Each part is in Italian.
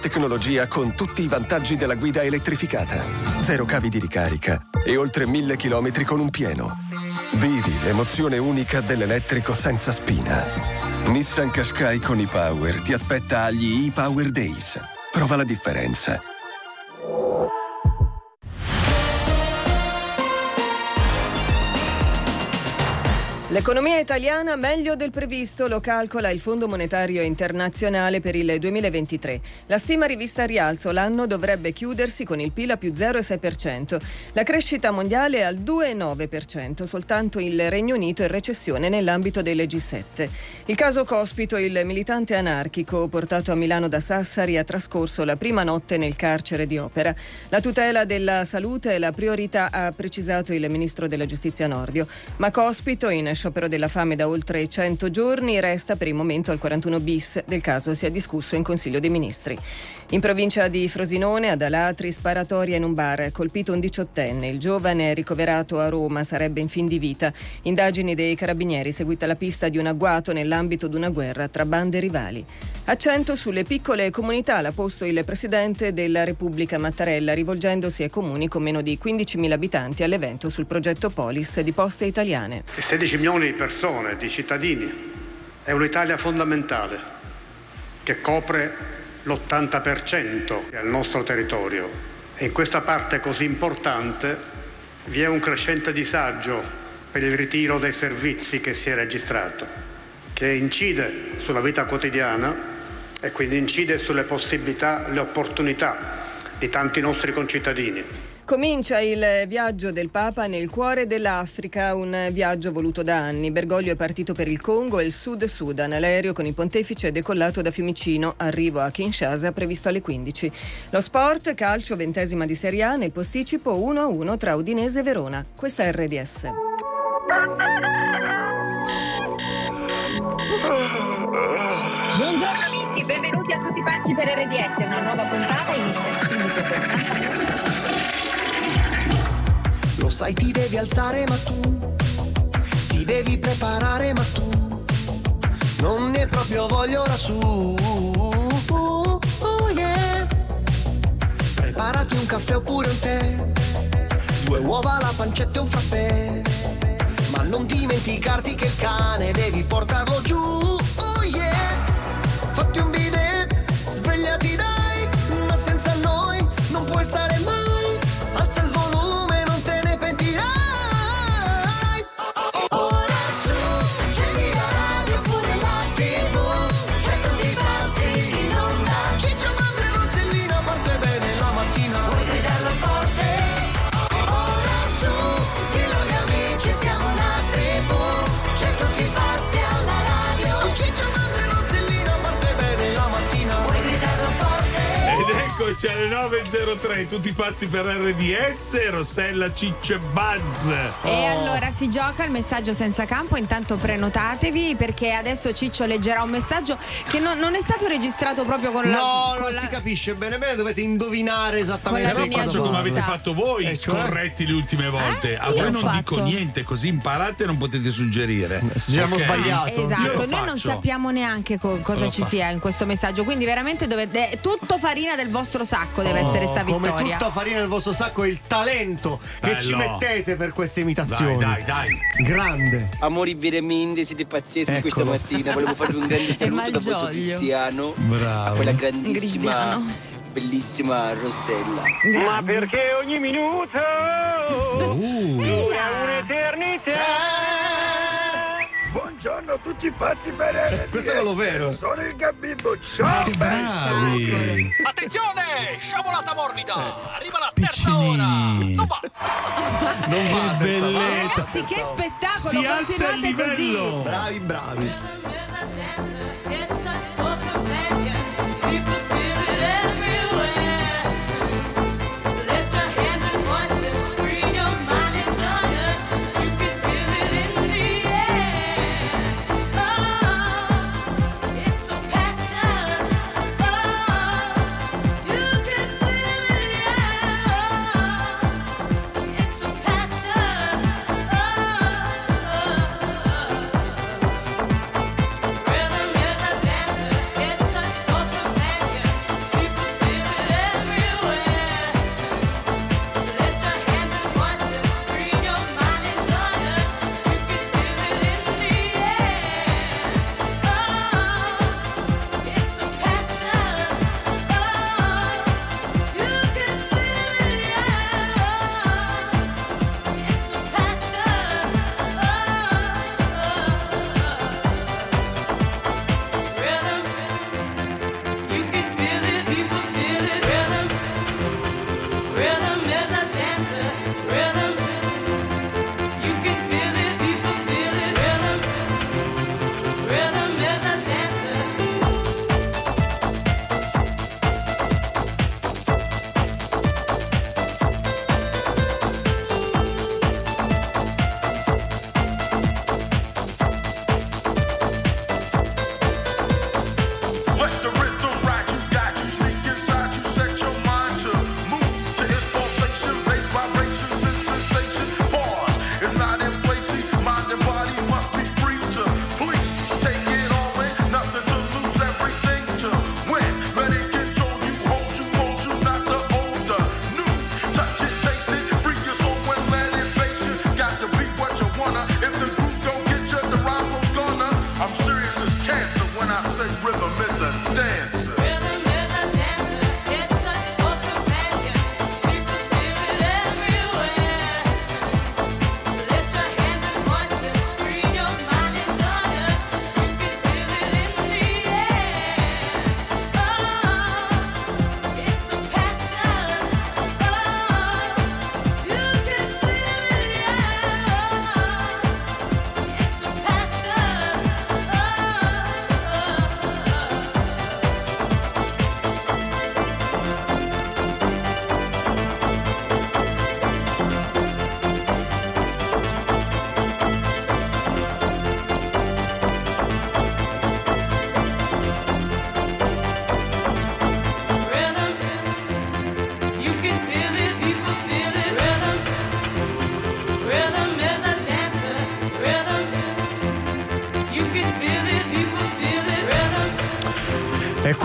Tecnologia con tutti i vantaggi della guida elettrificata. 0 cavi di ricarica e oltre 1000 chilometri con un pieno. Vivi l'emozione unica dell'elettrico senza spina. Nissan Qashqai con e-Power ti aspetta agli e-Power Days. Prova la differenza. L'economia italiana meglio del previsto, lo calcola il Fondo Monetario Internazionale per il 2023. La stima rivista a rialzo, l'anno dovrebbe chiudersi con il PIL a più 0,6%. La crescita mondiale è al 2,9%, soltanto il Regno Unito è in recessione nell'ambito del G7. Il caso Cospito, il militante anarchico portato a Milano da Sassari, ha trascorso la prima notte nel carcere di Opera. La tutela della salute è la priorità, ha precisato il ministro della Giustizia Nordio. Ma Cospito, in sciopero della fame da oltre 100 giorni, resta per il momento al 41 bis. Del caso si è discusso in Consiglio dei Ministri. In provincia di Frosinone, ad Alatri, sparatoria in un bar, colpito un 18enne. Il giovane, ricoverato a Roma, sarebbe in fin di vita. Indagini dei carabinieri, seguita la pista di un agguato nell'ambito di una guerra tra bande rivali. Accento sulle piccole comunità l'ha posto il Presidente della Repubblica Mattarella, rivolgendosi ai comuni con meno di 15.000 abitanti all'evento sul progetto Polis di Poste Italiane. 16 milioni di persone, di cittadini, è un'Italia fondamentale che copre l'80% del nostro territorio, e in questa parte così importante vi è un crescente disagio per il ritiro dei servizi che si è registrato, che incide sulla vita quotidiana e quindi incide sulle possibilità, le opportunità di tanti nostri concittadini. Comincia il viaggio del Papa nel cuore dell'Africa, un viaggio voluto da anni. Bergoglio è partito per il Congo e il Sud Sudan. L'aereo con il pontefice è decollato da Fiumicino, arrivo a Kinshasa previsto alle 15. Lo sport, calcio, 20ª di Serie A, nel posticipo 1-1 tra Udinese e Verona. Questa è RDS. Buongiorno amici, benvenuti a tutti pazzi per RDS. Una nuova puntata inizia subito per Lo sai, ti devi alzare ma tu ti devi preparare ma tu non ne hai proprio voglia ora su. Yeah. Preparati un caffè oppure un tè, 2 uova, la pancetta e un frappè, ma non dimenticarti che il cane devi portarlo giù. Oh yeah. Fatti un bidet, svegliati dai, ma senza noi non puoi stare mai. Alza il volume, non te ne pentirai. Ora su, accendi la radio oppure la TV, c'è tutti pazzi in onda. Ciccio, Base e Rossellino parte bene la mattina. Vuoi gridarlo forte? Ora su, dillo agli amici, siamo la TV, c'è tutti pazzi alla radio. Ciccio, Base e Rossellino parte bene la mattina. Vuoi gridarlo forte? Ed eccoci alle 9.03, tutti pazzi per RDS, Rossella, Ciccio e Buzz. E allora si gioca il messaggio senza campo. Intanto prenotatevi, perché adesso Ciccio leggerà un messaggio che non è stato registrato proprio con non si capisce bene, dovete indovinare esattamente. Però faccio come avete fatto voi, scorretti le ultime volte. A voi non dico niente, così imparate e non potete suggerire. Abbiamo sbagliato. Esatto, noi non sappiamo neanche cosa ci sia in questo messaggio, quindi veramente dovete, tutto farina del vostro sacco deve essere sta vittoria. Come tutta farina del vostro sacco è il talento che ci mettete per queste imitazioni. Dai. Grande. Amori veramente, siete pazzeschi. Eccolo. questa mattina. Volevo farvi un grande saluto da vostro Cristiano. Bravo. A quella grandissima, bellissima Rossella. Ma perché ogni minuto dura un'eternità. Buongiorno a tutti pazzi per RDS. Questo è lo vero. Sono il Gabibbo. Ciao, Bravi. Attenzione, sciabolata morbida. Arriva la terza ora. Non va. Non va, bellezza. Ragazzi, che spettacolo, Si alza il continuate così. livello. Bravi.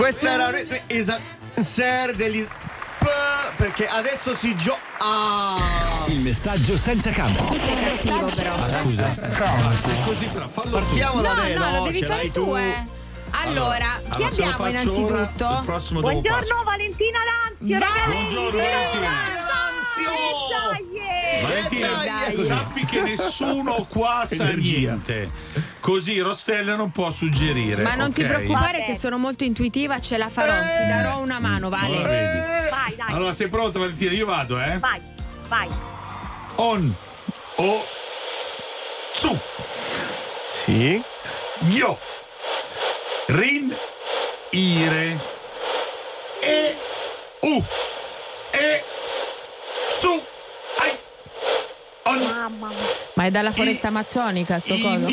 Questa era Ser degli perché adesso si gioca. Il messaggio senza campo. Tu sei cattivo però. Scusa. Così però fallo. Partiamo da te, no, lo devi ce fare l'hai tu. Allora, chi abbiamo innanzitutto? Buongiorno Valentina Lanzio. Buongiorno Valentina. Valentina, sappi che nessuno qua sa niente. Così Rossella non può suggerire. Ma non ti preoccupare che sono molto intuitiva, ce la farò. Ti darò una mano, Vale. Vai, dai. Allora sei pronta Valentina? Io vado, Vai. On. O. Su. Sì. Io. Rin. Ire. E. U. E. Su. Ai. On. Mamma mia. Ma è dalla foresta amazzonica sto coso?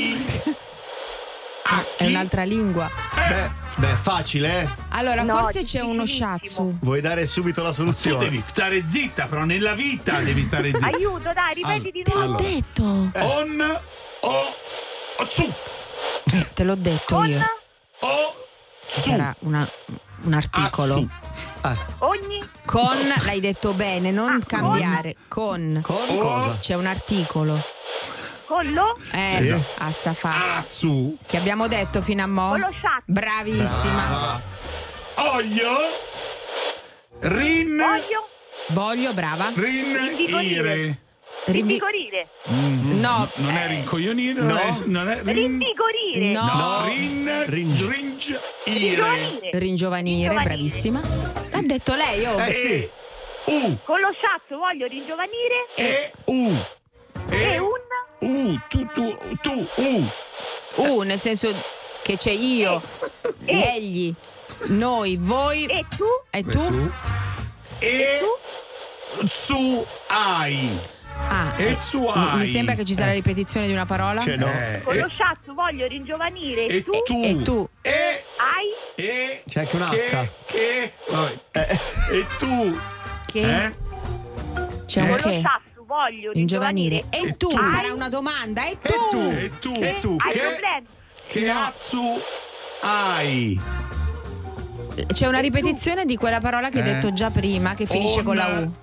È un'altra lingua. Beh, facile, eh? Allora, forse c'è uno shiatsu. Vuoi dare subito la soluzione? Tu devi stare zitta, però nella vita devi stare zitta. Aiuto, dai, ripeti di nuovo. Te l'ho detto. On. O. Su. Te l'ho detto io. O. Su. Era un articolo. Ogni. Con, l'hai detto bene, non cambiare. Con cosa? C'è un articolo. Con lo? Sì. Assafa. Azzu. Che abbiamo detto fino a mo'? Con lo shiatsu. Bravissima. Olio. Rin. Voglio, brava. Rinvigorire. Rinvigorire. No. Non è rincoglionire, No. non è Rinvigorire. No. Ringiovanire, bravissima. L'ha detto lei, oh. Sì. U. Con lo shiatsu voglio ringiovanire. E. U. E un. Tu. Nel senso che c'è io, egli, noi, voi. E tu. E tu? E. Su. Ai. E su ai. Mi sembra che ci sia la ripetizione di una parola. No. Con lo shiatsu voglio ringiovanire. E tu. E tu. E. Hai. E. C'è anche un H. E tu. Che? C'è Con un lo che? shiatsu voglio Ringiovanire. ringiovanire. E tu? Hai? Sarà una domanda. E tu? E tu. Hai problemi? Che azzu hai? C'è una ripetizione di quella parola che hai detto già prima, che finisce con la U.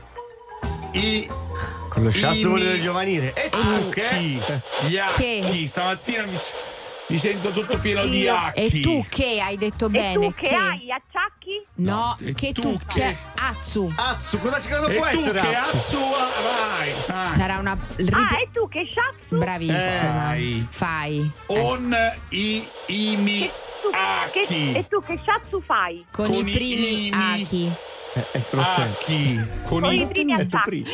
Con lo shiatsu vuole giovanire. E tu che? Gli acchi. Stamattina mi sento tutto pieno di acchi. E tu che hai detto bene? E tu che hai acciacchi? No, e che tu tu c'è Azzu. Cosa può E tu essere? che azzu vai. Sarà una e tu che shiatsu? Bravissima. Fai. On imi acchi. E tu che shiatsu fai? Con i primi acchi. Acchi. Con i primi attacchi.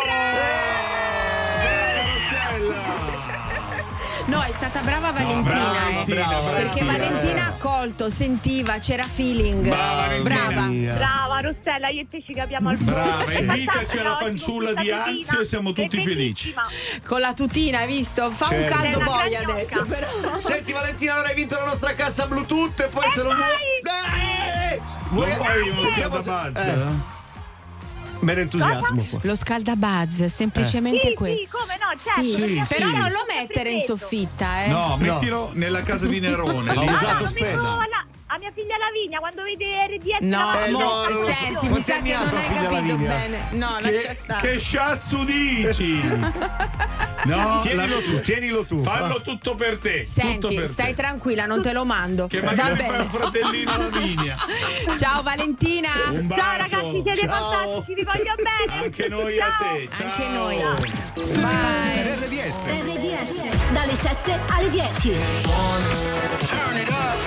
No, è stata brava Valentina. brava, perché Valentina ha colto, sentiva, c'era feeling. Brava Rossella, io e te ci capiamo al Brava, invitaci alla fanciulla di Anzio e siamo tutti felici. Con la tutina, hai visto? Fa un caldo boia adesso. Però. Senti Valentina, allora hai vinto la nostra cassa Bluetooth e poi se lo vuoi. Vuoi uno scaldabazza? Mero entusiasmo qua. Lo scaldabuzz, semplicemente quello. Sì, come no, certo. Sì, però sì. non lo mettere in soffitta, eh. No, mettilo nella casa di Nerone. L'ho lì. usato spesso. A mia figlia Lavinia quando vede RDS. No, senti, mi sa che non hai capito bene. No, lascia stare. Che shiatsu dici? No, tienilo tu. Fallo tutto per te. Senti, tutto per stai te. tranquilla, non te lo mando. Che Va magari fai bene. un fratellino Lavinia. Ciao Valentina. Un bacio. Ciao ragazzi, siete fantastici, vi voglio bene. Anche noi a te. Ciao. Anche noi. Pazzi per RDS. RDS dalle 7 alle 10. Turn it up.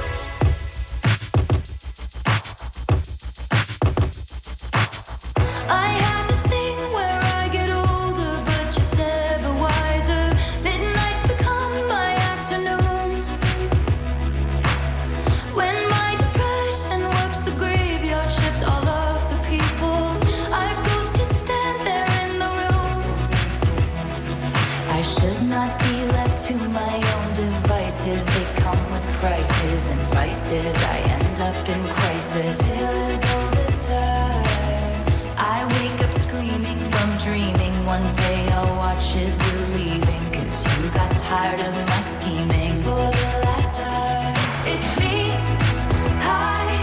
I have this thing where I get older, but just never wiser. Midnights become my afternoons. When my depression works the graveyard shift, all of the people I've ghosted stand there in the room. I should not be left to my own devices. They come with prices and vices. I end up in crisis. Still as old as time. I wake up screaming from dreaming. One day I'll watch as you're leaving, 'cause you got tired of my scheming. For the last time, it's me. Hi,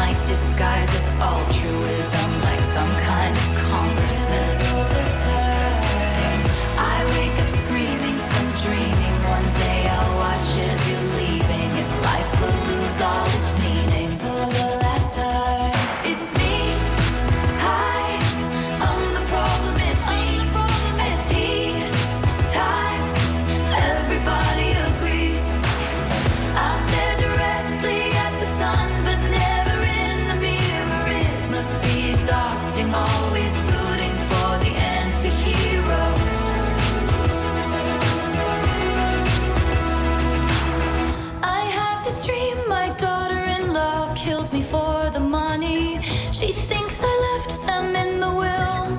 like disguises altruism, like some kind of consciousness. All this time, I wake up screaming from dreaming. One day I'll watch as you're leaving, and life will lose all its meaning. For the last time, it's me. Hi, I'm the problem. It's me. At tea time, everybody agrees. I'll stare directly at the sun, but never in the mirror. It must be exhausting, always rooting for the anti-hero. I have this dream, my daughter-in-law kills me for the money. She thinks I left them in the will.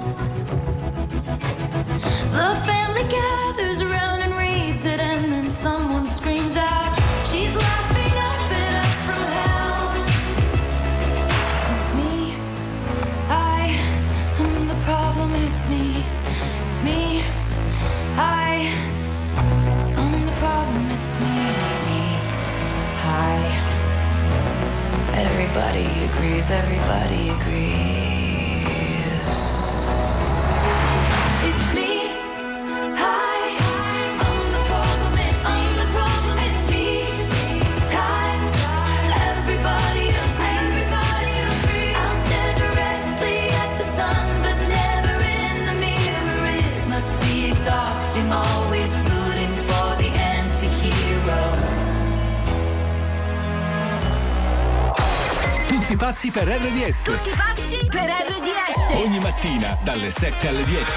The family gathers around and reads it, and then someone screams out, she's laughing up at us from hell. It's me. I am the problem. It's me. It's me. I am the problem. It's me. It's me. Hi. Everybody agrees. Everybody agrees. It's me. Hi. I'm the problem. It's me. I'm the problem. It's me. Times. Everybody agrees. Everybody agrees. I'll stare directly at the sun, but never in the mirror. It must be exhausting, always rooting for the anti-hero. Tutti pazzi per RDS. Tutti pazzi per RDS. Ogni mattina dalle 7 alle 10.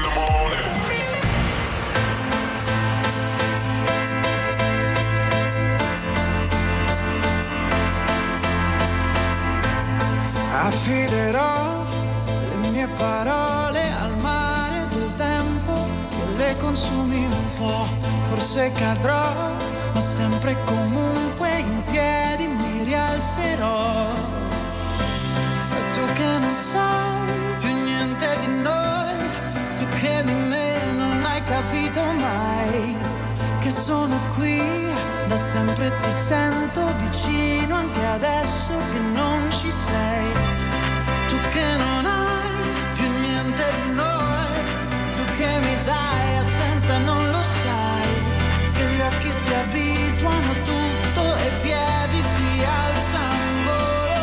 Affiderò le mie parole al mare del tempo, che le consumi un po'. Forse cadrò, ma sempre e comunque in piedi mi rialzerò. E tu che non sai più niente di noi, tu che di me non hai capito mai, che sono qui da sempre, ti sento vicino anche adesso che non ci sei. Tu che non hai più niente di noi, tu che mi dai assenza, non lo sai, che gli occhi si abituano a tutto e i piedi si alzano in volo.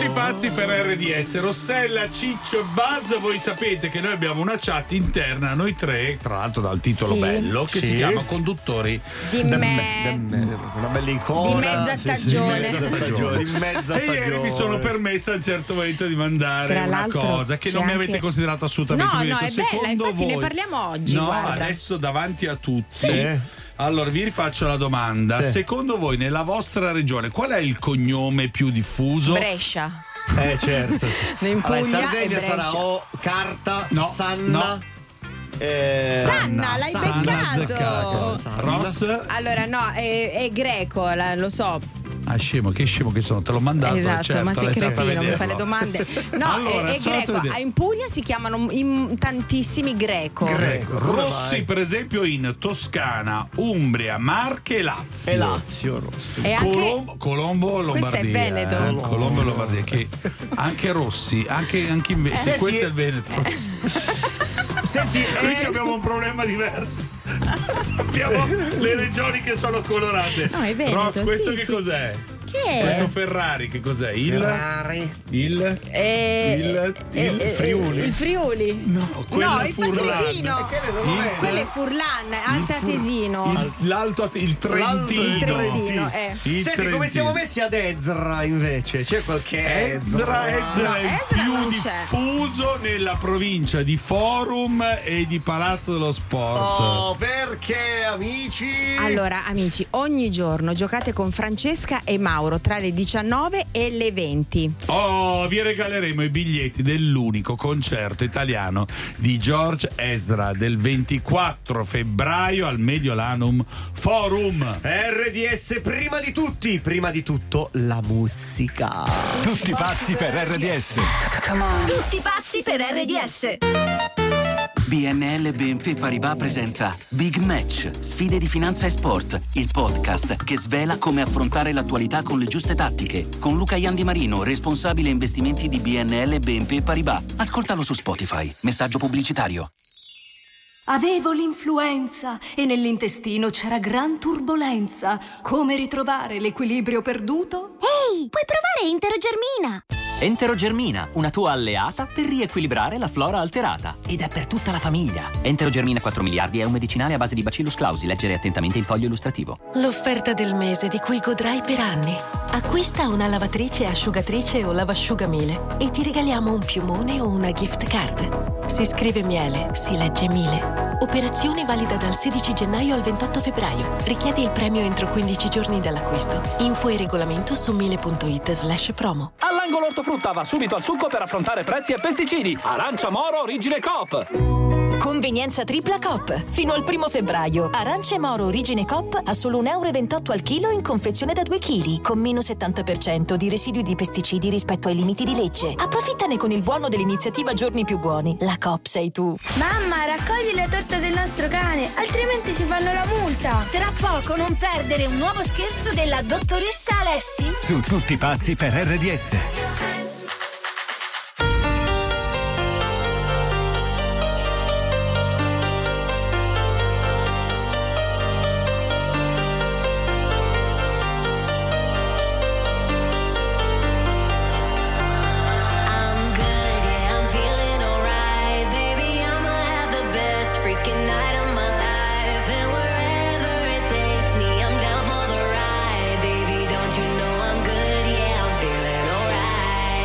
pazzi per RDS. Rossella, Ciccio e Buzz, voi sapete che noi abbiamo una chat interna, noi tre, tra l'altro dal titolo bello, che si chiama Conduttori di una bella icona di mezza stagione. Di mezza e ieri mi sono permessa a un certo momento di mandare una cosa che non mi avete considerato assolutamente. No, Mi no, detto, è bella, infatti voi... ne parliamo oggi. No, guarda. adesso davanti a tutti. Allora vi rifaccio la domanda. Secondo voi nella vostra regione qual è il cognome più diffuso? Brescia. Certo. In Puglia in Sardegna sarà o Carta, Sanna. Sanna, l'hai beccato. Ross? Allora no, è greco, lo so. Ah, scemo che sono, te l'ho mandato. Esatto, certo, ma sei cretino, mi fai le domande. No, allora, è greco. In Puglia si chiamano tantissimi greco. Rossi, per esempio, in Toscana, Umbria, Marche e Lazio. E Lazio, Rossi. E anche... Colombo, Lombardia. Questo è Veneto. Colombo e Lombardia. Che anche Rossi, anche invece. Questo è il Veneto. Senti, qui abbiamo un problema diverso. Sappiamo le regioni che sono colorate. No, è Veneto, Ross, questo che sì. cos'è? Che è? Questo Ferrari che cos'è? Ferrari. Il Friuli. Il Friuli. No, quello è Furlan. Quello è Furlan, Altatesino. Il Trentino. Il Trentino. Senti, come siamo messi ad Ezra invece? C'è qualche Ezra è più diffuso nella provincia di Forum e di Palazzo dello Sport. Oh, perché amici? Allora, amici, ogni giorno giocate con Francesca e Mauro tra le 19 e le 20. Oh, vi regaleremo i biglietti dell'unico concerto italiano di George Ezra del 24 febbraio al Mediolanum Forum. RDS prima di tutti, prima di tutto la musica. Tutti pazzi per RDS. Tutti pazzi per RDS. BNL BNP Paribas presenta Big Match, sfide di finanza e sport, il podcast che svela come affrontare l'attualità con le giuste tattiche. Con Luca Iandi Marino, responsabile investimenti di BNL BNP Paribas. Ascoltalo su Spotify. Messaggio pubblicitario. Avevo l'influenza e nell'intestino c'era gran turbolenza. Come ritrovare l'equilibrio perduto? Ehi, puoi provare Enterogermina! Enterogermina, una tua alleata per riequilibrare la flora alterata. Ed è per tutta la famiglia. Enterogermina 4 miliardi è un medicinale a base di Bacillus clausi. Leggere attentamente il foglio illustrativo. L'offerta del mese di cui godrai per anni. Acquista una lavatrice, asciugatrice o lavasciugamile e ti regaliamo un piumone o una gift card. Si scrive miele, si legge mile. Operazione valida dal 16 gennaio al 28 febbraio. Richiedi il premio entro 15 giorni dall'acquisto. Info e regolamento su miele.it/promo. All'angolo ortofrutta va subito al succo per affrontare prezzi e pesticidi. Arancia Moro Origine Coop. Convenienza tripla Coop. Fino al 1 febbraio. Arance Moro Origine Coop a solo €1,28 al chilo in confezione da 2 kg, con meno 70% di residui di pesticidi rispetto ai limiti di legge. Approfittane con il buono dell'iniziativa Giorni Più Buoni. La Coop sei tu. Mamma, raccogli le torte del nostro cane, altrimenti ci fanno la multa. Tra poco non perdere un nuovo scherzo della dottoressa Alessi. Su Tutti pazzi per RDS. Feeling alright.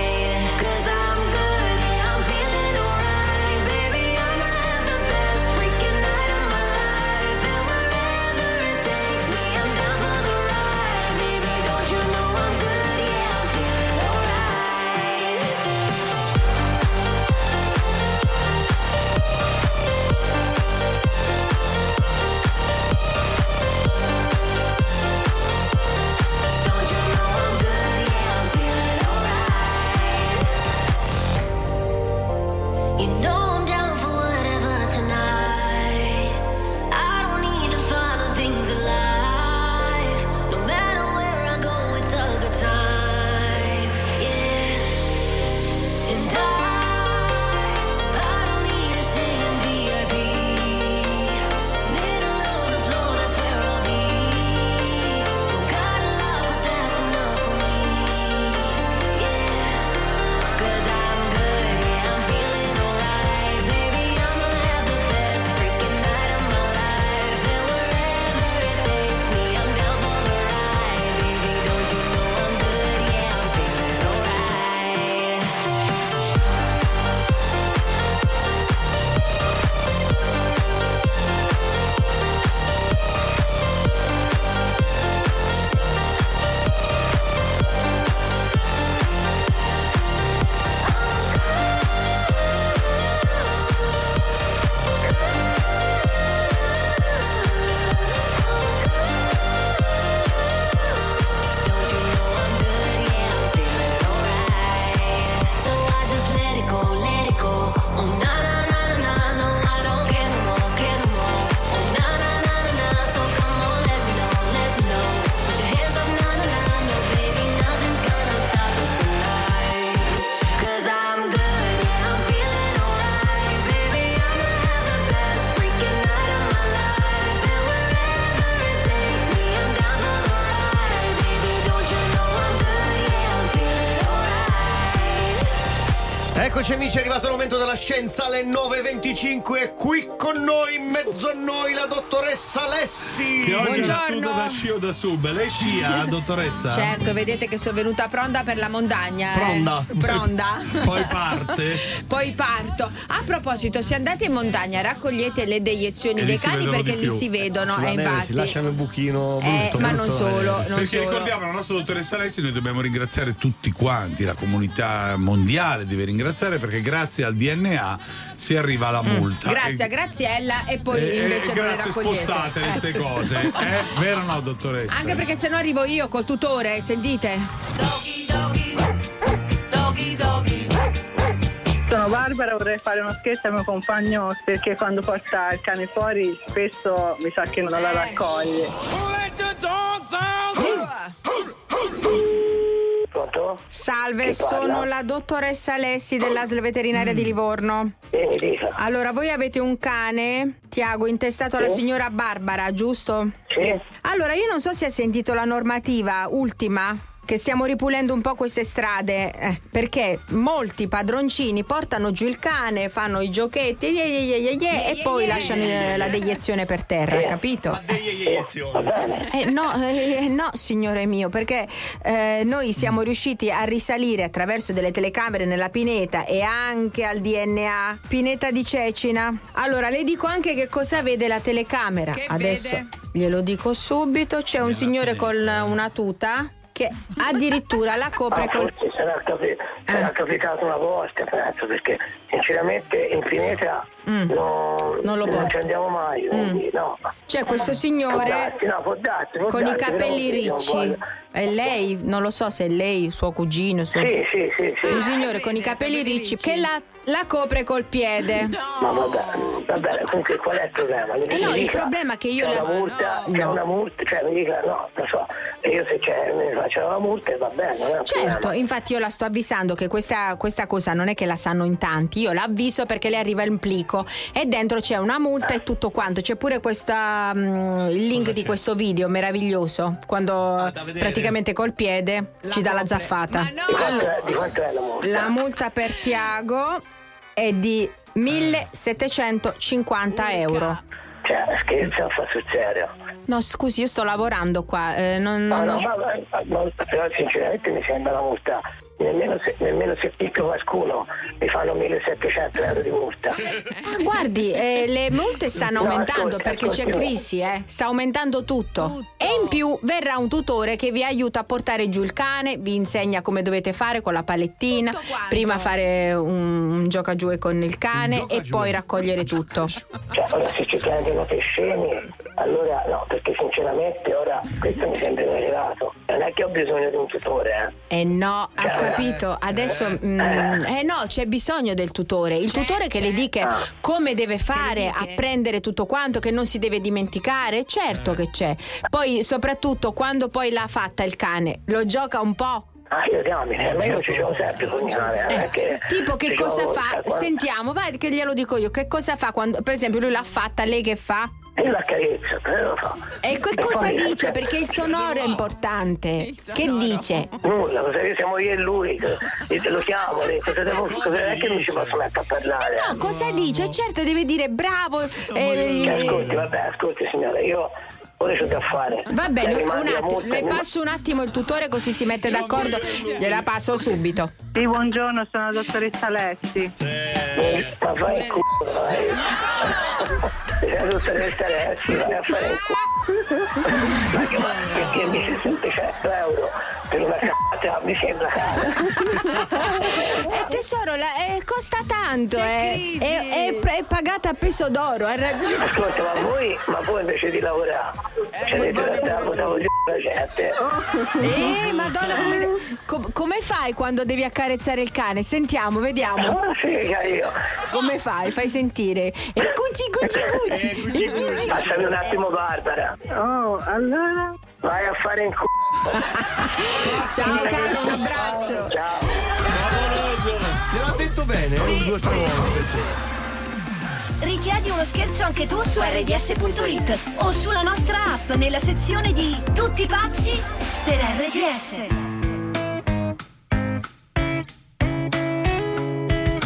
Eccoci amici, è arrivato il momento della scienza alle 9.25 e qui con noi, in mezzo a noi, la dottoressa Alessi. Che oggi è battuta da sci o da sub. Lei scia, dottoressa? Certo, vedete che sono venuta pronta per la montagna. Pronta. Poi parte. Poi parto. A proposito, se andate in montagna raccogliete le deiezioni dei cani perché li si vedono. Infatti si lasciano il buchino brutto. Ma non solo. Perché ricordiamo la nostra dottoressa Alessi, noi dobbiamo ringraziare tutti quanti, la comunità mondiale deve ringraziare perché grazie al DNA si arriva alla multa. Grazie a Graziella e poi invece non le raccogliete. Spostate queste cose. Vero o no, dottoressa? Anche perché se no arrivo io col tutore, sentite. Sono Barbara, vorrei fare uno scherzo al mio compagno perché quando porta il cane fuori spesso mi sa che non la raccoglie. Pronto? Salve, sono la dottoressa Alessi dell'ASL veterinaria di Livorno. Allora, voi avete un cane, Tiago, intestato alla signora Barbara, giusto? Sì. Allora, io non so se ha sentito la normativa ultima, che stiamo ripulendo un po' queste strade, perché molti padroncini portano giù il cane, fanno i giochetti e poi lasciano la deiezione per terra, capito? No, signore mio, perché noi siamo riusciti a risalire attraverso delle telecamere nella pineta e anche al DNA, pineta di Cecina. Allora, le dico anche che cosa vede la telecamera. Che adesso vede? Glielo dico subito, c'è un signore con una tuta che addirittura la copre col... Sarà capitato una volta, penso, perché sinceramente in pineta non ci andiamo mai, quindi no. C'è questo signore con i capelli ricci. E lei, non lo so se è lei, suo cugino, Sì. un signore con i capelli ricci che la copre col piede. Ma vabbè, comunque qual è il problema? Il problema è che io c'è una multa, cioè mi dica no, non so, e io se mi faccio la multa e va bene, non è un certo, problema. infatti io la sto avvisando che questa cosa non è che la sanno in tanti, io l'avviso perché le arriva il plico e dentro c'è una multa e tutto quanto, c'è pure il link di questo video meraviglioso quando praticamente col piede ci dà la zaffata. Di quanto è la multa? La multa per Tiago è di 1.750 euro. Cioè, scherzo, fa sul serio. No, scusi, io sto lavorando qua. Ma però sinceramente mi sembra una multa. Nemmeno se picco qualcuno mi fanno 1.700 euro di multa. Guardi, le multe stanno aumentando perché c'è crisi, sta aumentando tutto. E in più verrà un tutore che vi aiuta a portare giù il cane, vi insegna come dovete fare con la palettina, prima fare un gioca giù con il cane e poi raccogliere tutto. Cioè, ora se ci prendono per scemi, allora no, perché sinceramente ora questo mi sembra esagerato. Non è che ho bisogno di un tutore, no, ha capito. Adesso no, c'è bisogno del tutore. Il tutore che le dica come deve fare a prendere tutto quanto, che non si deve dimenticare. Certo che c'è. Poi soprattutto quando poi l'ha fatta il cane, lo gioca un po'. Io diamine, ma io ci gioco sempre con il cane. Tipo che cosa fa? Sentiamo, vai che glielo dico io. Che cosa fa quando, per esempio, lui l'ha fatta, lei che fa? Io la carezza, però lo fa. E cosa dice? Perché il sonoro è importante. Che dice? Nulla, lo sai che siamo io e lui, lo chiamo, cosa è che non ci posso mettere a parlare? No, cosa dice? Certo, deve dire bravo. Ascolti signora, io ora c'ho da fare. Va bene, un attimo, le passo un attimo il tutore così si mette d'accordo. Gliela passo subito. Sì, buongiorno, sono la dottoressa Alessi. Ma fai il culo, vai. La dottoressa Alessi, vai a fare il culo. Ma che 1.700 euro per una c***a mi sembra caro. Tesoro, costa tanto, è pagata a peso d'oro, hai ragione. Ascolta, ma voi invece di lavorare la gente. Madonna, come fai quando devi accarezzare il cane? Sentiamo, vediamo. Figa io. Come fai? Fai sentire. E cucci. Passami un attimo, Barbara. Oh, allora vai a fare in Ciao caro, un abbraccio. Ciao. Gliel'ha detto bene, 2 o 3 volte. Richiedi uno scherzo anche tu su rds.it o sulla nostra app nella sezione di Tutti pazzi per RDS.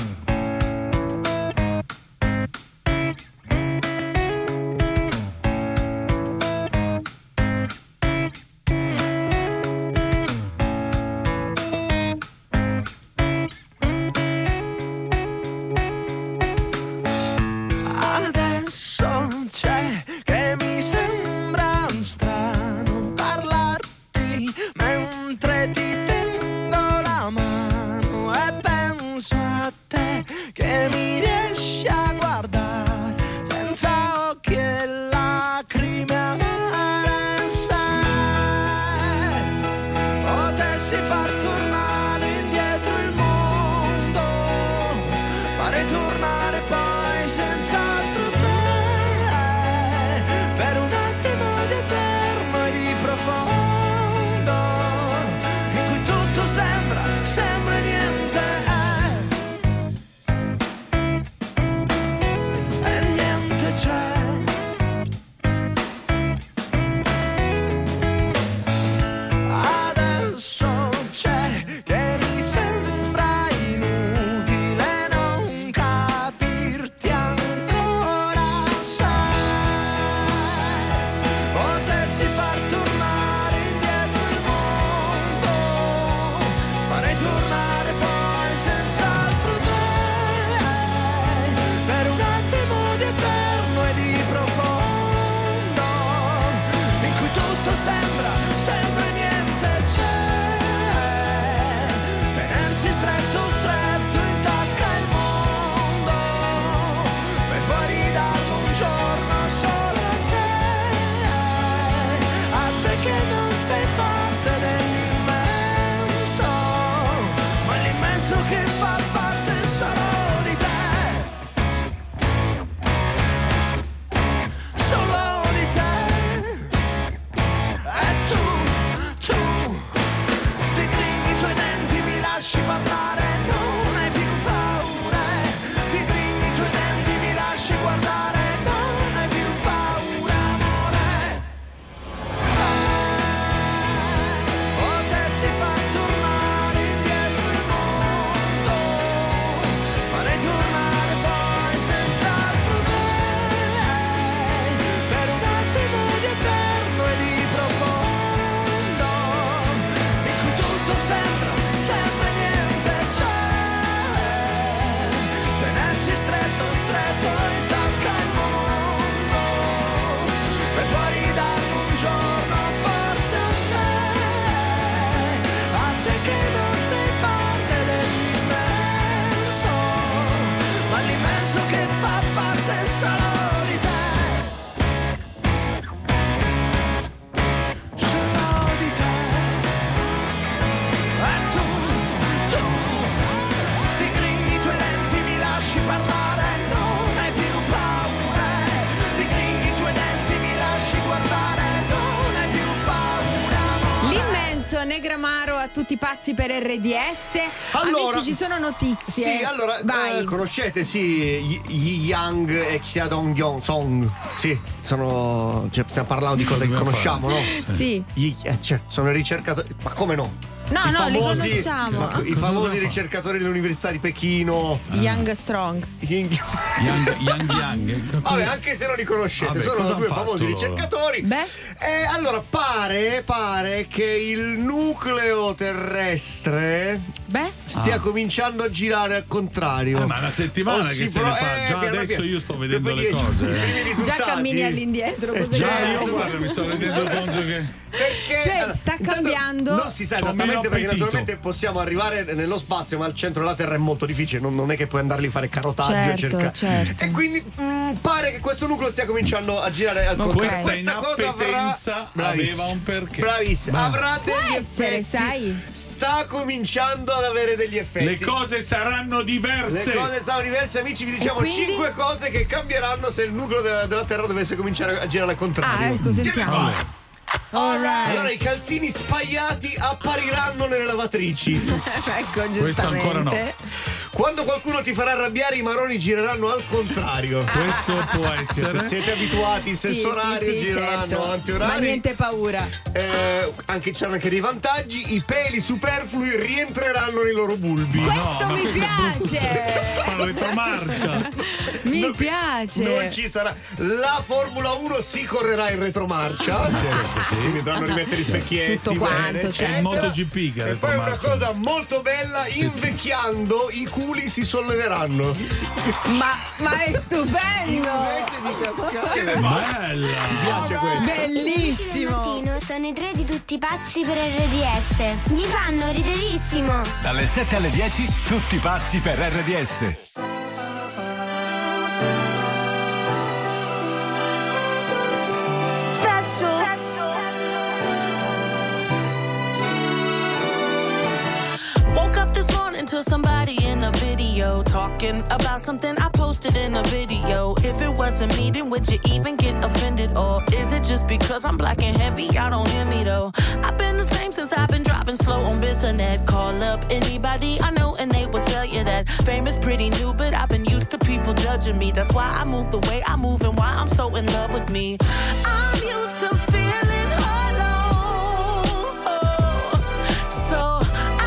a tutti pazzi per RDS. Allora, amici, ci sono notizie. Sì, allora, vai. Conoscete, sì, Yi Yang e Xia Dong Song. Sì, stiamo parlando di cose che conosciamo, no? Sì. Certo, sono ricercatori. Ma come no? No, li conosciamo. I famosi ricercatori dell'Università di Pechino. Young Strong. Yang. Vabbè, anche se non li conoscete, sono due famosi ricercatori. Allora, pare che il nucleo terrestre stia cominciando a girare al contrario. Ma è una settimana che se ne fa. Già adesso io sto vedendo le cose. Già cammini all'indietro. Già io guarda, mi sto rendendo conto che. Perché cioè sta cambiando. Non si sa esattamente, perché naturalmente possiamo arrivare nello spazio, ma al centro della Terra è molto difficile. Non è che puoi andarli a fare carotaggio, certo. E quindi pare che questo nucleo stia cominciando a girare al contrario. Questa cosa aveva un perché. Bravissima. Avrà degli effetti. Sai? Sta cominciando ad avere degli effetti. Le cose saranno diverse. Amici, vi diciamo 5 cose che cambieranno se il nucleo della Terra dovesse cominciare a girare al contrario. Ecco, sentiamo. Allora i calzini spaiati appariranno nelle lavatrici. Ecco, giustamente. Questo ancora no. Quando qualcuno ti farà arrabbiare, i maroni gireranno al contrario. Questo può essere. Se siete abituati, il senso orario gireranno anti-orari. Ma niente paura. C'hanno anche dei vantaggi. I peli superflui rientreranno nei loro bulbi. Questo mi piace. Fanno retromarcia. Mi piace. Non ci sarà. La Formula 1 si correrà in retromarcia. Quindi dovranno rimettere gli specchietti. Tutto quanto, c'è il MotoGP che e poi una cosa molto bella, invecchiando i culi si solleveranno. Ma è stupendo. Invece di cascare bella. Mi piace questo. Bellissimo. Mattino sono i 3 di tutti pazzi per RDS. Gli fanno riderissimo. Dalle 7 alle 10 tutti pazzi per RDS. To somebody in a video talking about something I posted in a video. If it wasn't me, then would you even get offended? Or is it just because I'm black and heavy? Y'all don't hear me though. I've been the same since I've been dropping slow on Bissonnet. Call up anybody I know and they will tell you that fame is pretty new, but I've been used to people judging me. That's why I move the way I move and why I'm so in love with me. I'm used to feeling alone. So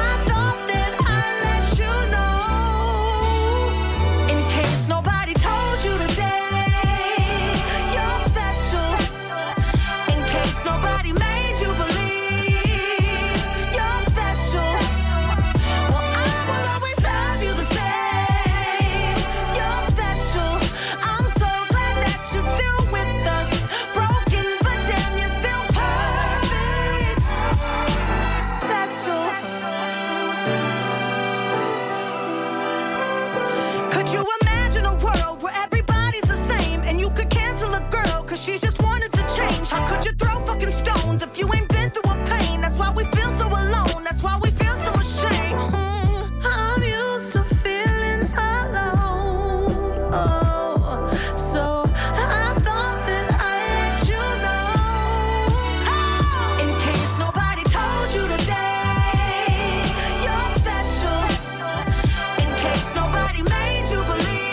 she just wanted to change. How could you throw fucking stones if you ain't been through a pain? That's why we feel so alone. That's why we feel so ashamed. I'm used to feeling alone. So I thought that I'd let you know. In case nobody told you today, you're special. In case nobody made you believe.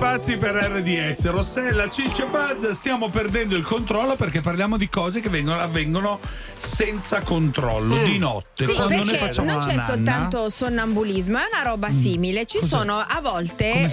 pazzi per RDS. Rossella, Ciccio e Buzz, stiamo perdendo il controllo perché parliamo di cose che avvengono senza controllo di notte. Sì, quando perché noi facciamo non c'è la nanna, soltanto sonnambulismo, è una roba simile. Ci sono a volte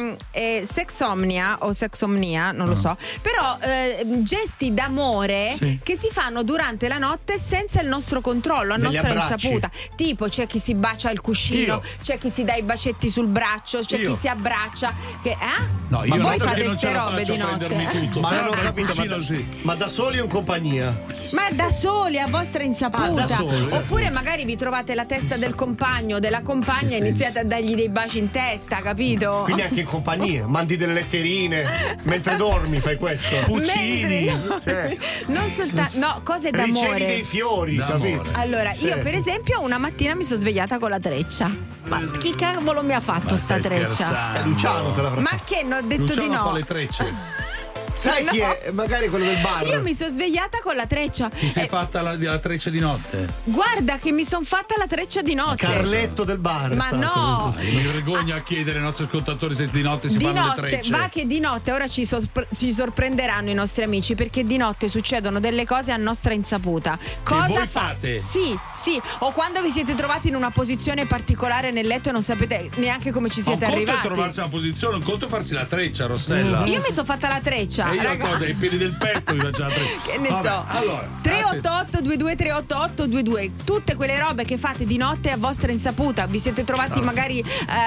sexomnia o sexomnia, non lo so, però gesti d'amore che si fanno durante la notte senza il nostro controllo, a nostra insaputa. Tipo c'è chi si bacia il cuscino, c'è chi si dà i bacetti sul braccio, c'è chi si abbraccia. No, io voi non fate non ce ste la robe faccio di a prendermi notte. tutto. Ma Però non ho nel capito, cuscino ma da soli o in compagnia? Ma da soli, a vostra insaputa. da soli. Oppure magari vi trovate la testa del compagno o della compagna e iniziate a dargli dei baci in testa, capito? Quindi anche in compagnia, mandi delle letterine mentre dormi, fai questo. Puccini. Non soltanto, no, cose d'amore. Ricevi dei fiori, capito? Allora, io per esempio una mattina mi sono svegliata con la treccia. Ma chi cavolo mi ha fatto sta treccia? Luciano te l'avrà Ma che no, ho detto Luciano di no. fa le trecce. Sai chi è? Magari quello del bar. Io mi sono svegliata con la treccia. Ti sei fatta la treccia di notte? Guarda che mi sono fatta la treccia di notte. Carletto del bar. Ma no. Mi vergogno a chiedere ai nostri ascoltatori se di notte si Di fanno notte, le trecce. va che di notte ora ci sorprenderanno i nostri amici perché di notte succedono delle cose a nostra insaputa. Cosa voi fate? Sì, o quando vi siete trovati in una posizione particolare nel letto e non sapete neanche come ci siete un conto arrivati. è trovarsi una posizione, un conto è farsi la treccia, Rossella. Io mi sono fatta la treccia. E io raga. cosa? I peli del petto mi faccio la treccia. Che ne Vabbè, so. Allora, 388 22 388 22. Tutte quelle robe che fate di notte a vostra insaputa. Vi siete trovati magari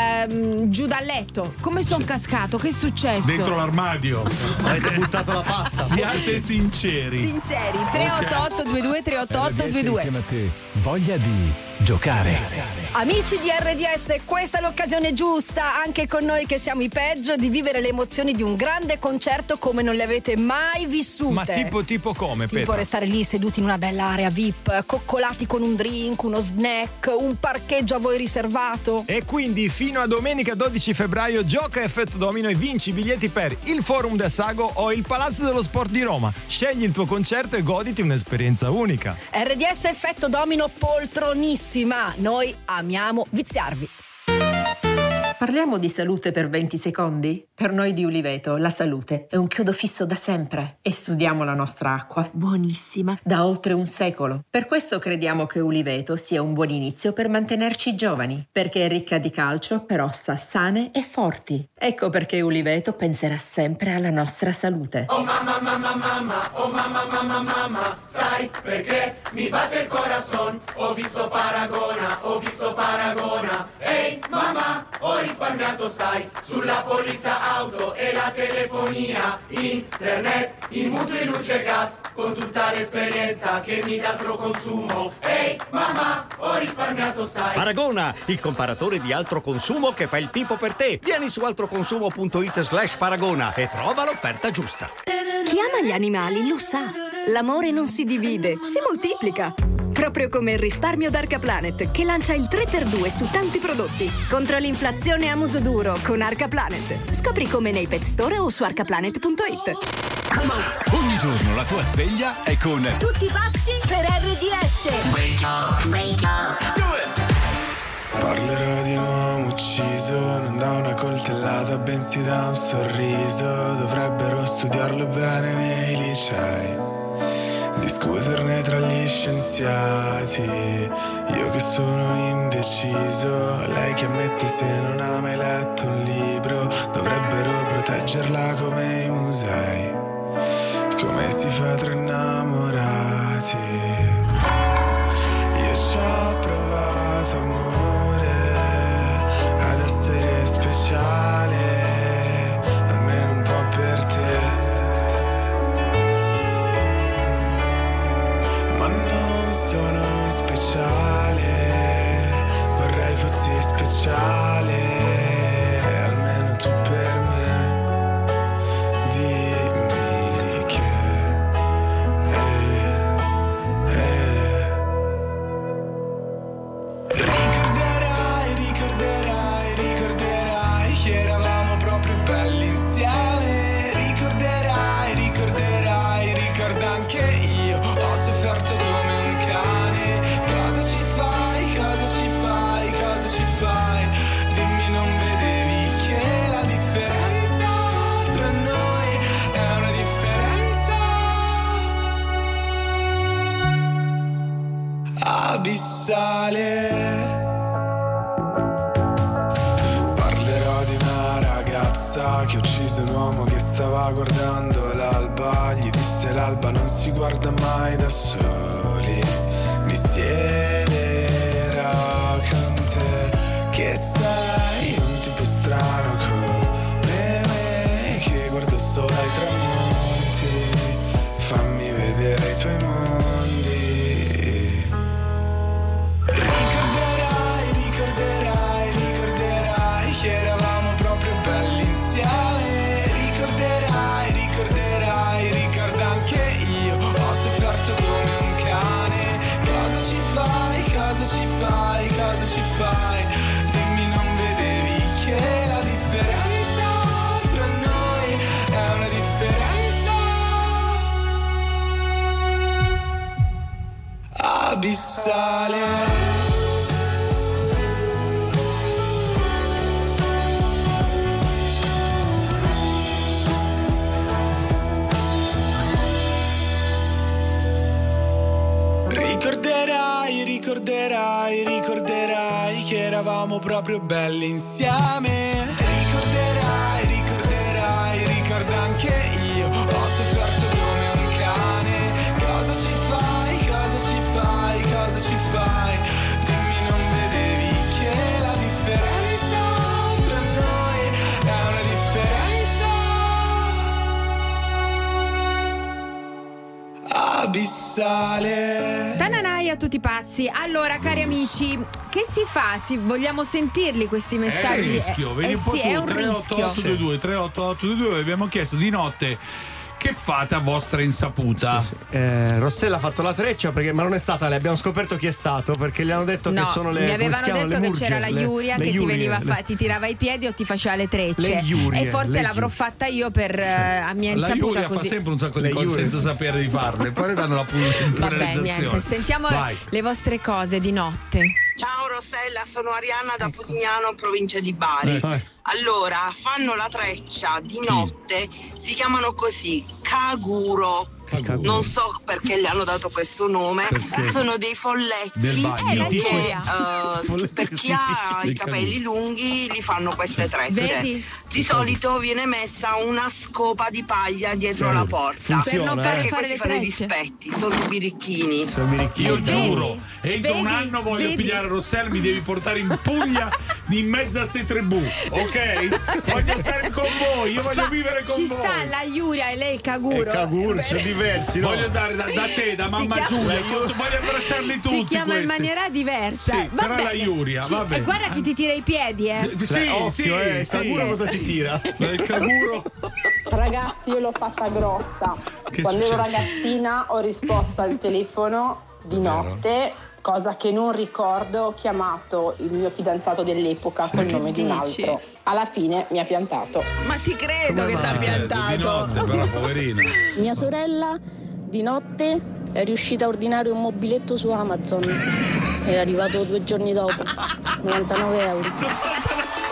giù dal letto. Come sono cascato? Che è successo? dentro l'armadio. Avete buttato la pasta. Siate sinceri. Sinceri. 388 22 388 22. Insieme a te. Voglia di giocare. Amici di RDS, questa è l'occasione giusta, anche con noi che siamo i peggio, di vivere le emozioni di un grande concerto come non le avete mai vissute. Ma tipo come, Tipo Petra? restare lì seduti in una bella area VIP, coccolati con un drink, uno snack, un parcheggio a voi riservato. E quindi fino a domenica 12 febbraio gioca Effetto Domino e vinci biglietti per il Forum del Sago o il Palazzo dello Sport di Roma. Scegli il tuo concerto e goditi un'esperienza unica. RDS Effetto Domino poltronissima. Noi amiamo viziarvi. Parliamo di salute per 20 secondi? Per noi di Uliveto la salute è un chiodo fisso da sempre e studiamo la nostra acqua, buonissima, da oltre un secolo. Per questo crediamo che Uliveto sia un buon inizio per mantenerci giovani, perché è ricca di calcio per ossa sane e forti. Ecco perché Uliveto penserà sempre alla nostra salute. Oh mamma, mamma, mamma, oh mamma, mamma, mamma, sai perché mi batte il corazon? Ho visto Paragona, ehi mamma, ho risparmiato sai, sulla polizza auto e la telefonia, internet, i mutui, luce e gas, con tutta l'esperienza che mi dà altro consumo, ehi mamma, ho risparmiato sai. Paragona, il comparatore di altro consumo che fa il tipo per te. Vieni su altroconsumo.it/Paragona e trova l'offerta giusta. Chi ama gli animali lo sa. L'amore non si divide, si moltiplica. Proprio come il risparmio d'Arca Planet, che lancia il 3x2 su tanti prodotti. Contro l'inflazione a muso duro con Arca Planet. Scopri come nei pet store o su arcaplanet.it. Ogni giorno la tua sveglia è con Tutti pazzi per RDS. Wake up, wake up. Do it. Parlerò di un uomo ucciso, non da una coltellata bensì da un sorriso. Dovrebbero studiarlo bene nei licei, discuterne tra gli scienziati. Io che sono indeciso, lei che ammette se non ha mai letto un libro. Dovrebbero proteggerla come i musei, come si fa tra innamorati. Io ci ho provato amore, ad essere speciale, almeno un po' per te. Ma non sono speciale, vorrei fossi speciale, almeno tu per me. Dimmi che abissale. Parlerò di una ragazza che uccise un uomo che stava guardando l'alba. Gli disse l'alba non si guarda mai da soli. Mi siederò con te, che sei un tipo strano come me, che guardo solo ai tramonti. Fammi vedere i tuoi mondi. Ricorderai che eravamo proprio belli insieme. Ricorderai, ricorda anche io. Ho sofferto come un cane. Cosa ci fai? Dimmi, non vedevi che la differenza tra noi è una differenza abissale. Ricorderai che eravamo proprio belli insieme. Ricorderai, ricorda anche io. Ho sofferto come un cane. Cosa ci fai? Dimmi, non vedevi che la differenza tra noi è una differenza abissale. Tananai a tutti pazzi. Allora, cari amici, che si fa? Vogliamo sentirli questi messaggi? È un rischio, vedi un po' sì, tu, è un 38822 38822. Abbiamo chiesto di notte che fate a vostra insaputa. Sì. Rossella ha fatto la treccia ma non è stata lei, abbiamo scoperto chi è stato perché gli hanno detto che sono le. Mi avevano detto che c'era la Iuria che ti veniva ti tirava i piedi o ti faceva le trecce. E forse l'avrò fatta io per a mia insaputa. La Iuria così fa sempre un sacco di cose senza sapere di farle, poi le danno la Vabbè, niente, sentiamo le vostre cose di notte. Ciao Rossella, sono Arianna da Putignano, provincia di Bari. Allora, fanno la treccia di notte, si chiamano così, Kaguro. Non so perché gli hanno dato questo nome. Sono dei folletti che per chi ha i capelli lunghi li fanno queste trecce. Vedi? Di solito viene messa una scopa di paglia dietro la porta. Per non fare questi le fanno i trecce. dispetti, sono i birichini. Io giuro, entro un anno voglio pigliare Rossella, mi devi portare in Puglia in mezzo a ste tribù, ok? Voglio stare con voi, io voglio vivere con voi. Ci sta la Iuria e lei il Kaguro. Sono diversi, no? Voglio andare da te, da mamma Giulia, voglio abbracciarli tutti. Si chiama in maniera diversa. Sì, però la Iuria, vabbè. E guarda che ti tira i piedi, Sì, il Kaguro cosa ti tira? Il Kaguro. Ragazzi, io l'ho fatta grossa. Quando ero ragazzina ho risposto al telefono di notte, cosa che non ricordo, ho chiamato il mio fidanzato dell'epoca col nome di un altro. Alla fine mi ha piantato. Ma ti credo che ti ha piantato. Di notte, però, poverina. Mia sorella di notte è riuscita a ordinare un mobiletto su Amazon. È arrivato 2 giorni dopo. 99 euro.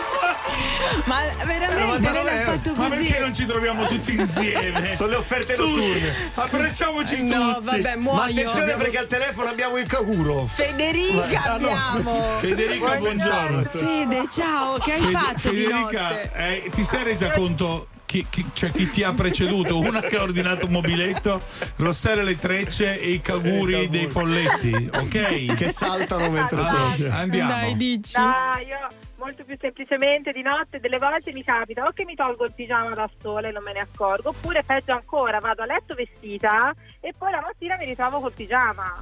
Ma veramente lei l'ha fatto così? Ma perché non ci troviamo tutti insieme? Sono le offerte notturne. Abbracciamoci tutti. No, vabbè, muoio. Ma attenzione perché al telefono abbiamo il Kaguro. Federica abbiamo. Federica, buongiorno. Fede, ciao, che hai fatto di Federica, notte? ti sei resa conto chi ti ha preceduto? Una che ha ordinato un mobiletto, Rossella le trecce e i caguri dei folletti, ok? Che saltano mentre sono. Andiamo. Dai, dici. No, io molto più semplicemente di notte delle volte mi capita o che mi tolgo il pigiama da sola e non me ne accorgo, oppure peggio ancora vado a letto vestita e poi la mattina mi ritrovo col pigiama.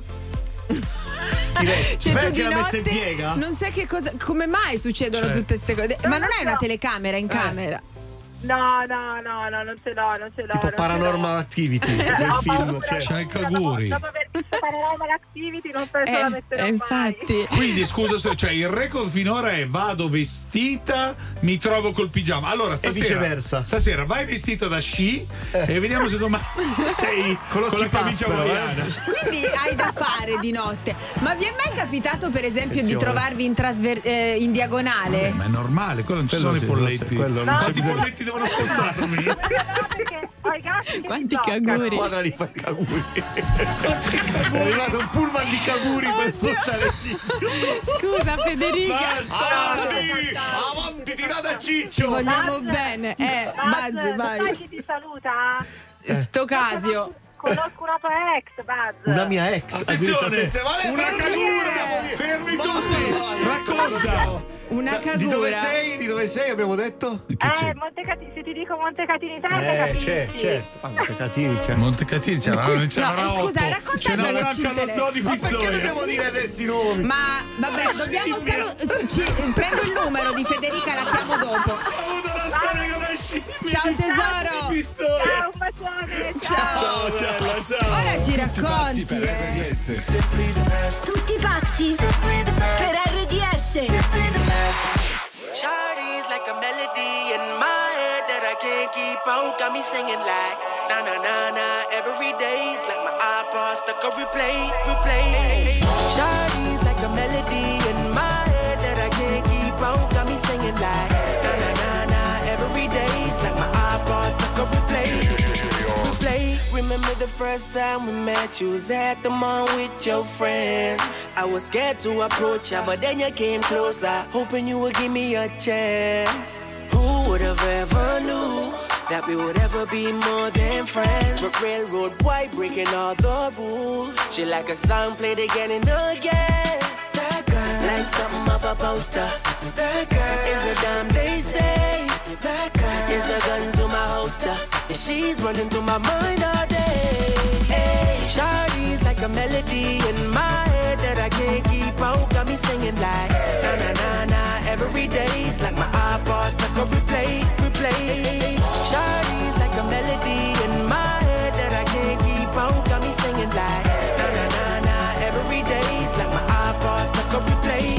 Tu di la messa in notte piega? non sai che cosa, come mai succedono tutte queste cose. Ma non hai una telecamera in camera? No, non ce l'ho. Tipo Paranormal Activity, quel film. C'hai i caguri. Dopo aver visto Paranormal Activity non penso la metterò infatti. mai. Quindi scusa, cioè il record finora è vado vestita, mi trovo col pigiama. Allora viceversa. Stasera vai vestita da sci e vediamo se domani sei con la camicia hawaiana. Quindi hai da fare di notte. Ma vi è mai capitato per esempio di trovarvi in diagonale? Ma è normale, quello non ci sono i folletti. I folletti devono spostarmi. Ho i gatti. Quanti caguri. Squadra di caguri. È arrivato un pullman di caguri per spostare Ciccio. Scusa Federica. Avanti, tirata Ciccio. Ci vogliamo bene. Bazzi, vai. Sai chi ti saluta? Stocasio. Conosco una tua ex, Buzz. Una mia ex. Attenzione, una cagura. Fermi tutti. Racconta. Una cagura. Di dove sei? Di dove sei abbiamo detto? Montecatini, se ti dico Montecatini Terme, capisci? Certo. Montecatini, certo. Montecatini c'era scusa, raccontami c'era anche allo zoo di Pistoia. Perché dobbiamo dire adesso i nomi? Ma vabbè, dobbiamo prendo il numero di Federica, la chiamo dopo. Ciao tesoro. Ciao, un bacione. Ciao. Ora ci racconti. Tutti pazzi per RDS. Shawty's like a melody in my head that I can't keep out. Got me singing like na na na na every day's like my iPod stuck on replay. Shawty's like a melody in my head that I can't keep out. Got me singing like na na na na every day's like my iPod stuck on replay. Remember the first time we met, you was at the mall with your friends. I was scared to approach ya, but then you came closer, hoping you would give me a chance. Who would have ever knew that we would ever be more than friends? But railroad white breaking all the rules. She like a song played again and again. That girl, like something off a poster. That girl is a dime they say. That girl is a gun to my holster. And she's running through my mind all day. Hey, Shawty's like a melody in my head that I can't keep out. Got me singing like na na na na every day's like my iPod stuck on replay. Shawty's like a melody in my head that I can't keep out. Got me singing like na na na na every day's like my iPod stuck on replay.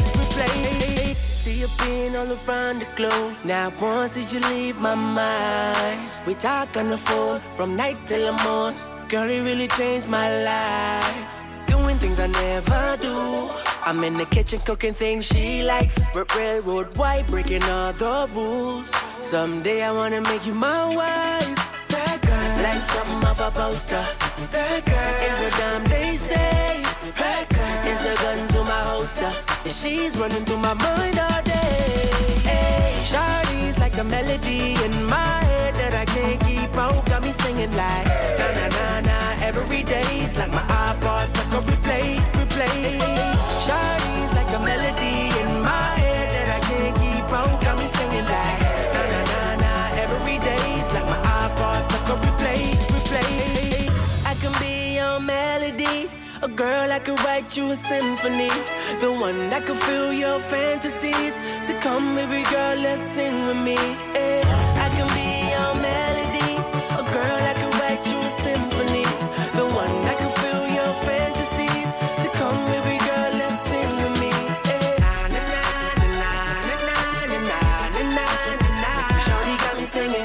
See you being all around the globe. Now once did you leave my mind? We talk on the phone from night till the morning. Girl, it really changed my life. Doing things I never do. I'm in the kitchen cooking things she likes. Railroad white breaking all the rules. Someday I wanna make you my wife. That girl, like something off a poster. That girl is a dime they say. That girl is a gun to my holster. And she's running through my mind all day. Hey, Shawty's like a melody in my head that I can't keep out. Got me singing like na na na na every day's like my iPod stuck on replay. Shawty's like a melody in my head that I can't keep out. Got me singing like na na na na every day's like my iPod stuck on replay. I can be your melody. A girl that could write you a symphony. The one that could fill your fantasies. So come baby girl, let's sing with me. I can be your melody. A girl that could write you a symphony. The one that could fill your fantasies. So come baby girl, let's sing with me. Shawty got me singing.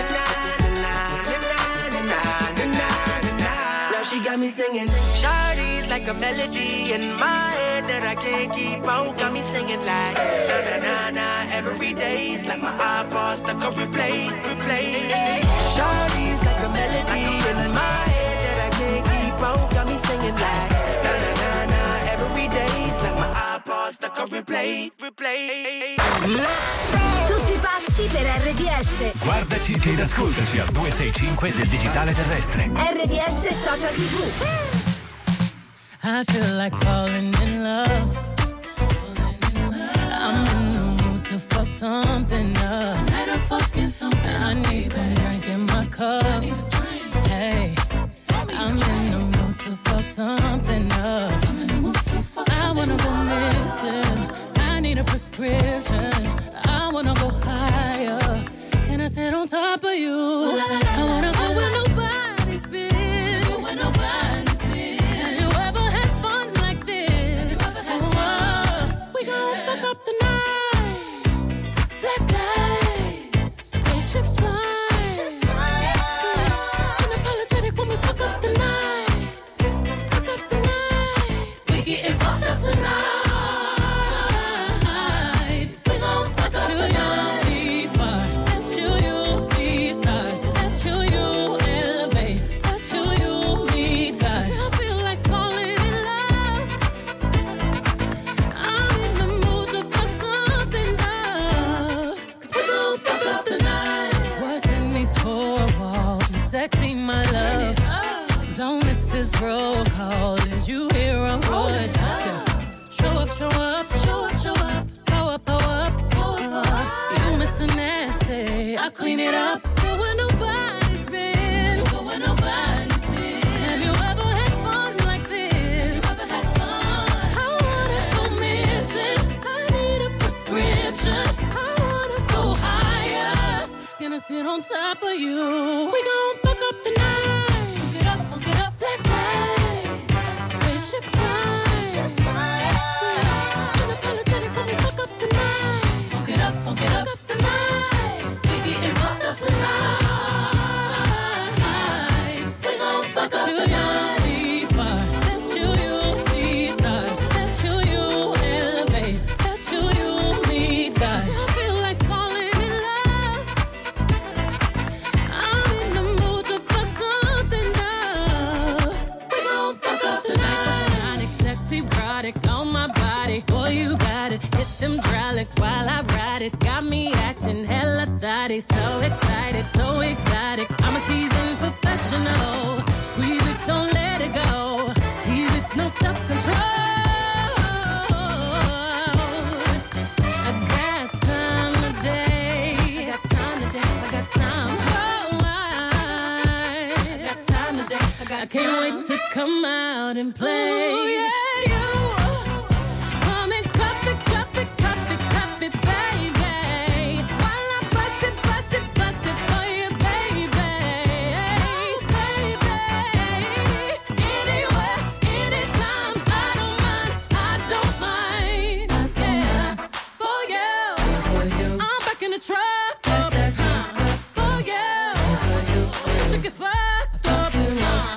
Now she got me singing. Shawty's like a melody in my head that I can't keep out. Got me singing like na na na na every day's like my iPod stuck on replay. Shawty's like a melody in my head that I can't keep out. Got me singing like na na na na every day's like my iPod stuck on replay. Tutti pazzi per RDS. Guardaci ed ascoltaci al 265 del digitale terrestre. RDS Social TV. I feel like falling in love. I'm in the mood to fuck something up. Tonight I'm fucking something. I need some drink in my cup. Hey, I'm in the mood to fuck something up. I wanna go missing. I need a prescription. I wanna go higher. Can I sit on top of you? I wanna go where nobody's been. Have you ever had fun like this? We gon' fuck up the night. Black lights, spaceships fly. Unapologetic when we fuck up the night. We getting fucked up tonight. We gon' fuck up the night. See fire, let you see stars, let you clean it up. Go where nobody's been. Go where nobody's been. Have you ever had fun like this? Have you ever had fun? I wanna go missing. I need a prescription. I wanna go higher. Gonna sit on top of you. We gon' fuck up the night. Funk it up, black lights. Spaceship's fine. Spaceship's fine. Unapologetic when we fuck up the night. Funk it up, funk it up tonight. We getting fucked up tonight. We gon' fuck up the night. See fire. Let you see stars. Let you elevate. Let you meet God. I feel like falling in love. I'm in the mood to fuck something up. We gon' fuck up the night. Sonic, sexy, erotic on my body. Boy, you got it. Hit them hydraulics while I ride it. Got me acting hella thotty. So excited, so exotic. I'm a seasoned professional. Squeeze it, don't let it go. Tease it, no self-control. I got time today. I got time today. I got time. Oh, I got time today. I can't wait to come out and play. Ooh, yeah, you. Come and cup it, cup it, cup it, cup it, baby. While I bust it for you, baby. Baby. Anywhere, anytime, I don't mind. Yeah, for you. I'm back in the truck. For you. But you get fucked up. For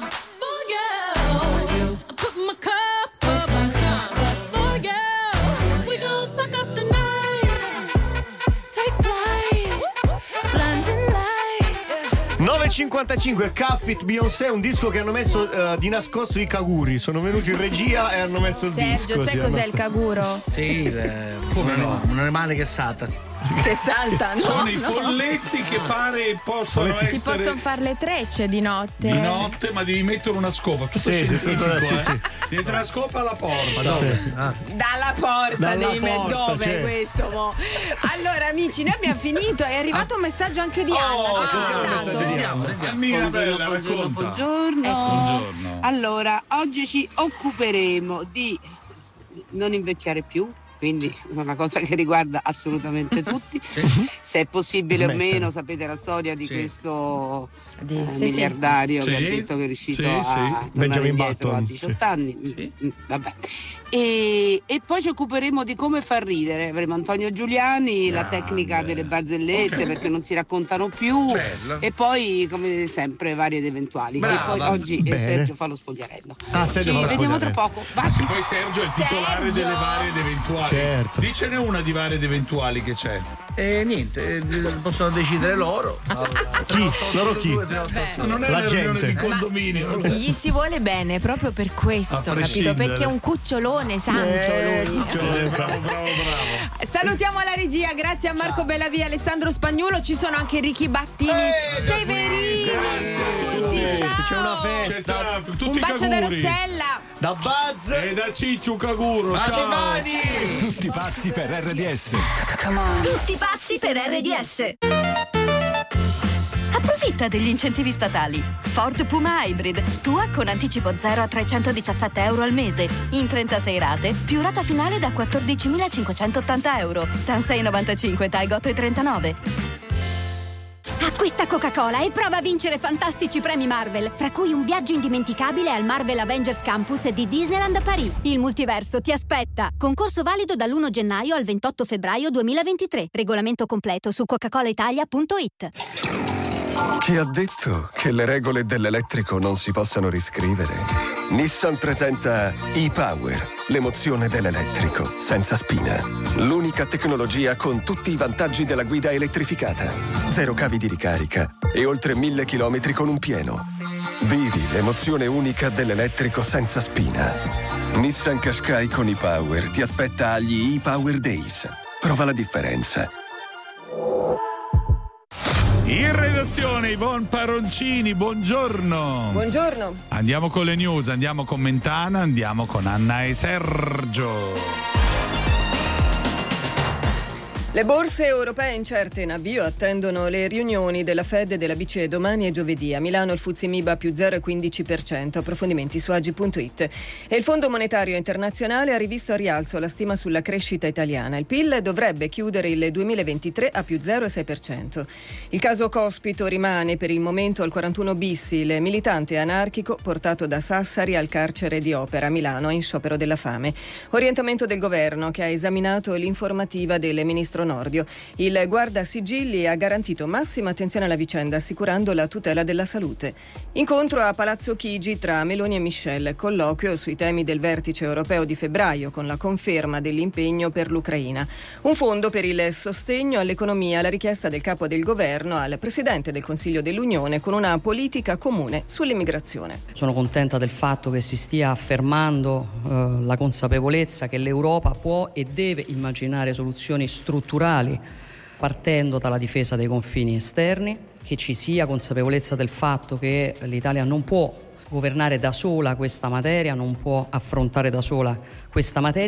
you. I put my cup up. For you. We gon' fuck up the night. Take flight. Blinding lights. 9.55, Cuff It, Beyoncé, un disco che hanno messo di nascosto i Caguri. Sono venuti in regia e hanno messo il disco. Sergio, sai cos'è il caguro? Sì, come no? Un animale che salta. Che salta, no? Sono i folletti che pare possono Ti essere possono fare le trecce di notte. di notte, ma devi mettere una scopa. Tutto Sì, scientifico, sì, sì. Dietro la scopa alla porta. Dove? Dalla porta, Dalla devi mettere porta, dove cioè. questo mo? Allora amici, noi abbiamo finito. È arrivato un messaggio anche di Anna. sentiamo il messaggio di Anna. Ammina bella, racconta. Buongiorno. Allora, oggi ci occuperemo di non invecchiare più, quindi una cosa che riguarda assolutamente tutti. Se è possibile o meno, sapete la storia di questo miliardario che ha detto che è riuscito a tornare Benjamin indietro Button. a 18 anni. Vabbè. E poi ci occuperemo di come far ridere. Avremo Antonio Giuliani, la tecnica delle barzellette, perché non si raccontano più. Bello. E poi, come sempre, varie ed eventuali. Brava. E poi oggi Bene. Sergio fa lo spogliarello. Sergio fa Ci lo vediamo tra spogliarello. poco. Baci. E poi Sergio è il titolare delle varie ed eventuali. Certo. Dicene una di varie ed eventuali che c'è. E niente, possono decidere loro. Chi? Loro chi? Non è La una riunione gente. di condominio. Gli si vuole bene proprio per questo, capito? prescindere. Perché è un cucciolone santo lui. Bravo. Salutiamo la regia, grazie a Marco Bellavia, Alessandro Spagnuolo, ci sono anche Ricky Battini, Severini. Ciao. C'è una festa. Tutti Un i bacio da Caguri. Rossella. Da Buzz E da Cicciu Caguro. Ciao. Tutti pazzi per RDS. Tutti pazzi per RDS. Approfitta degli incentivi statali. Ford Puma Hybrid, tua con anticipo 0 a 317 euro al mese, in 36 rate, più rata finale da 14.580 euro. TAN 6,95, TAG 8,39. Acquista Coca-Cola e prova a vincere fantastici premi Marvel, fra cui un viaggio indimenticabile al Marvel Avengers Campus di Disneyland Paris. Il multiverso ti aspetta. Concorso valido dall'1 gennaio al 28 febbraio 2023. Regolamento completo su coca-colaitalia.it. Chi ha detto che le regole dell'elettrico non si possano riscrivere? Nissan presenta e-Power, l'emozione dell'elettrico, senza spina. L'unica tecnologia con tutti i vantaggi della guida elettrificata. 0 cavi di ricarica e oltre 1000 chilometri con un pieno. Vivi l'emozione unica dell'elettrico senza spina. Nissan Qashqai con e-Power ti aspetta agli e-Power Days. Prova la differenza. In redazione Ivonne Paroncini, buongiorno. Buongiorno. Andiamo con le news, andiamo con Mentana, andiamo con Anna e Sergio. Le borse europee incerte in avvio attendono le riunioni della Fed e della BCE domani e giovedì. A Milano il FTSE MIB più 0,15%. Approfondimenti su agi.it. E il Fondo Monetario Internazionale ha rivisto a rialzo la stima sulla crescita italiana. Il PIL dovrebbe chiudere il 2023 a più 0,6%. Il caso Cospito rimane per il momento al 41 bis. Il militante anarchico portato da Sassari al carcere di Opera a Milano in sciopero della fame. Orientamento del governo che ha esaminato l'informativa del ministro Nordio. Il guardasigilli ha garantito massima attenzione alla vicenda, assicurando la tutela della salute. Incontro a Palazzo Chigi tra Meloni e Michel, colloquio sui temi del vertice europeo di febbraio con la conferma dell'impegno per l'Ucraina. Un fondo per il sostegno all'economia, la richiesta del capo del governo al Presidente del Consiglio dell'Unione con una politica comune sull'immigrazione. Sono contenta del fatto che si stia affermando la consapevolezza che l'Europa può e deve immaginare soluzioni strutturali partendo dalla difesa dei confini esterni, che ci sia consapevolezza del fatto che l'Italia non può governare da sola questa materia, non può affrontare da sola questa materia.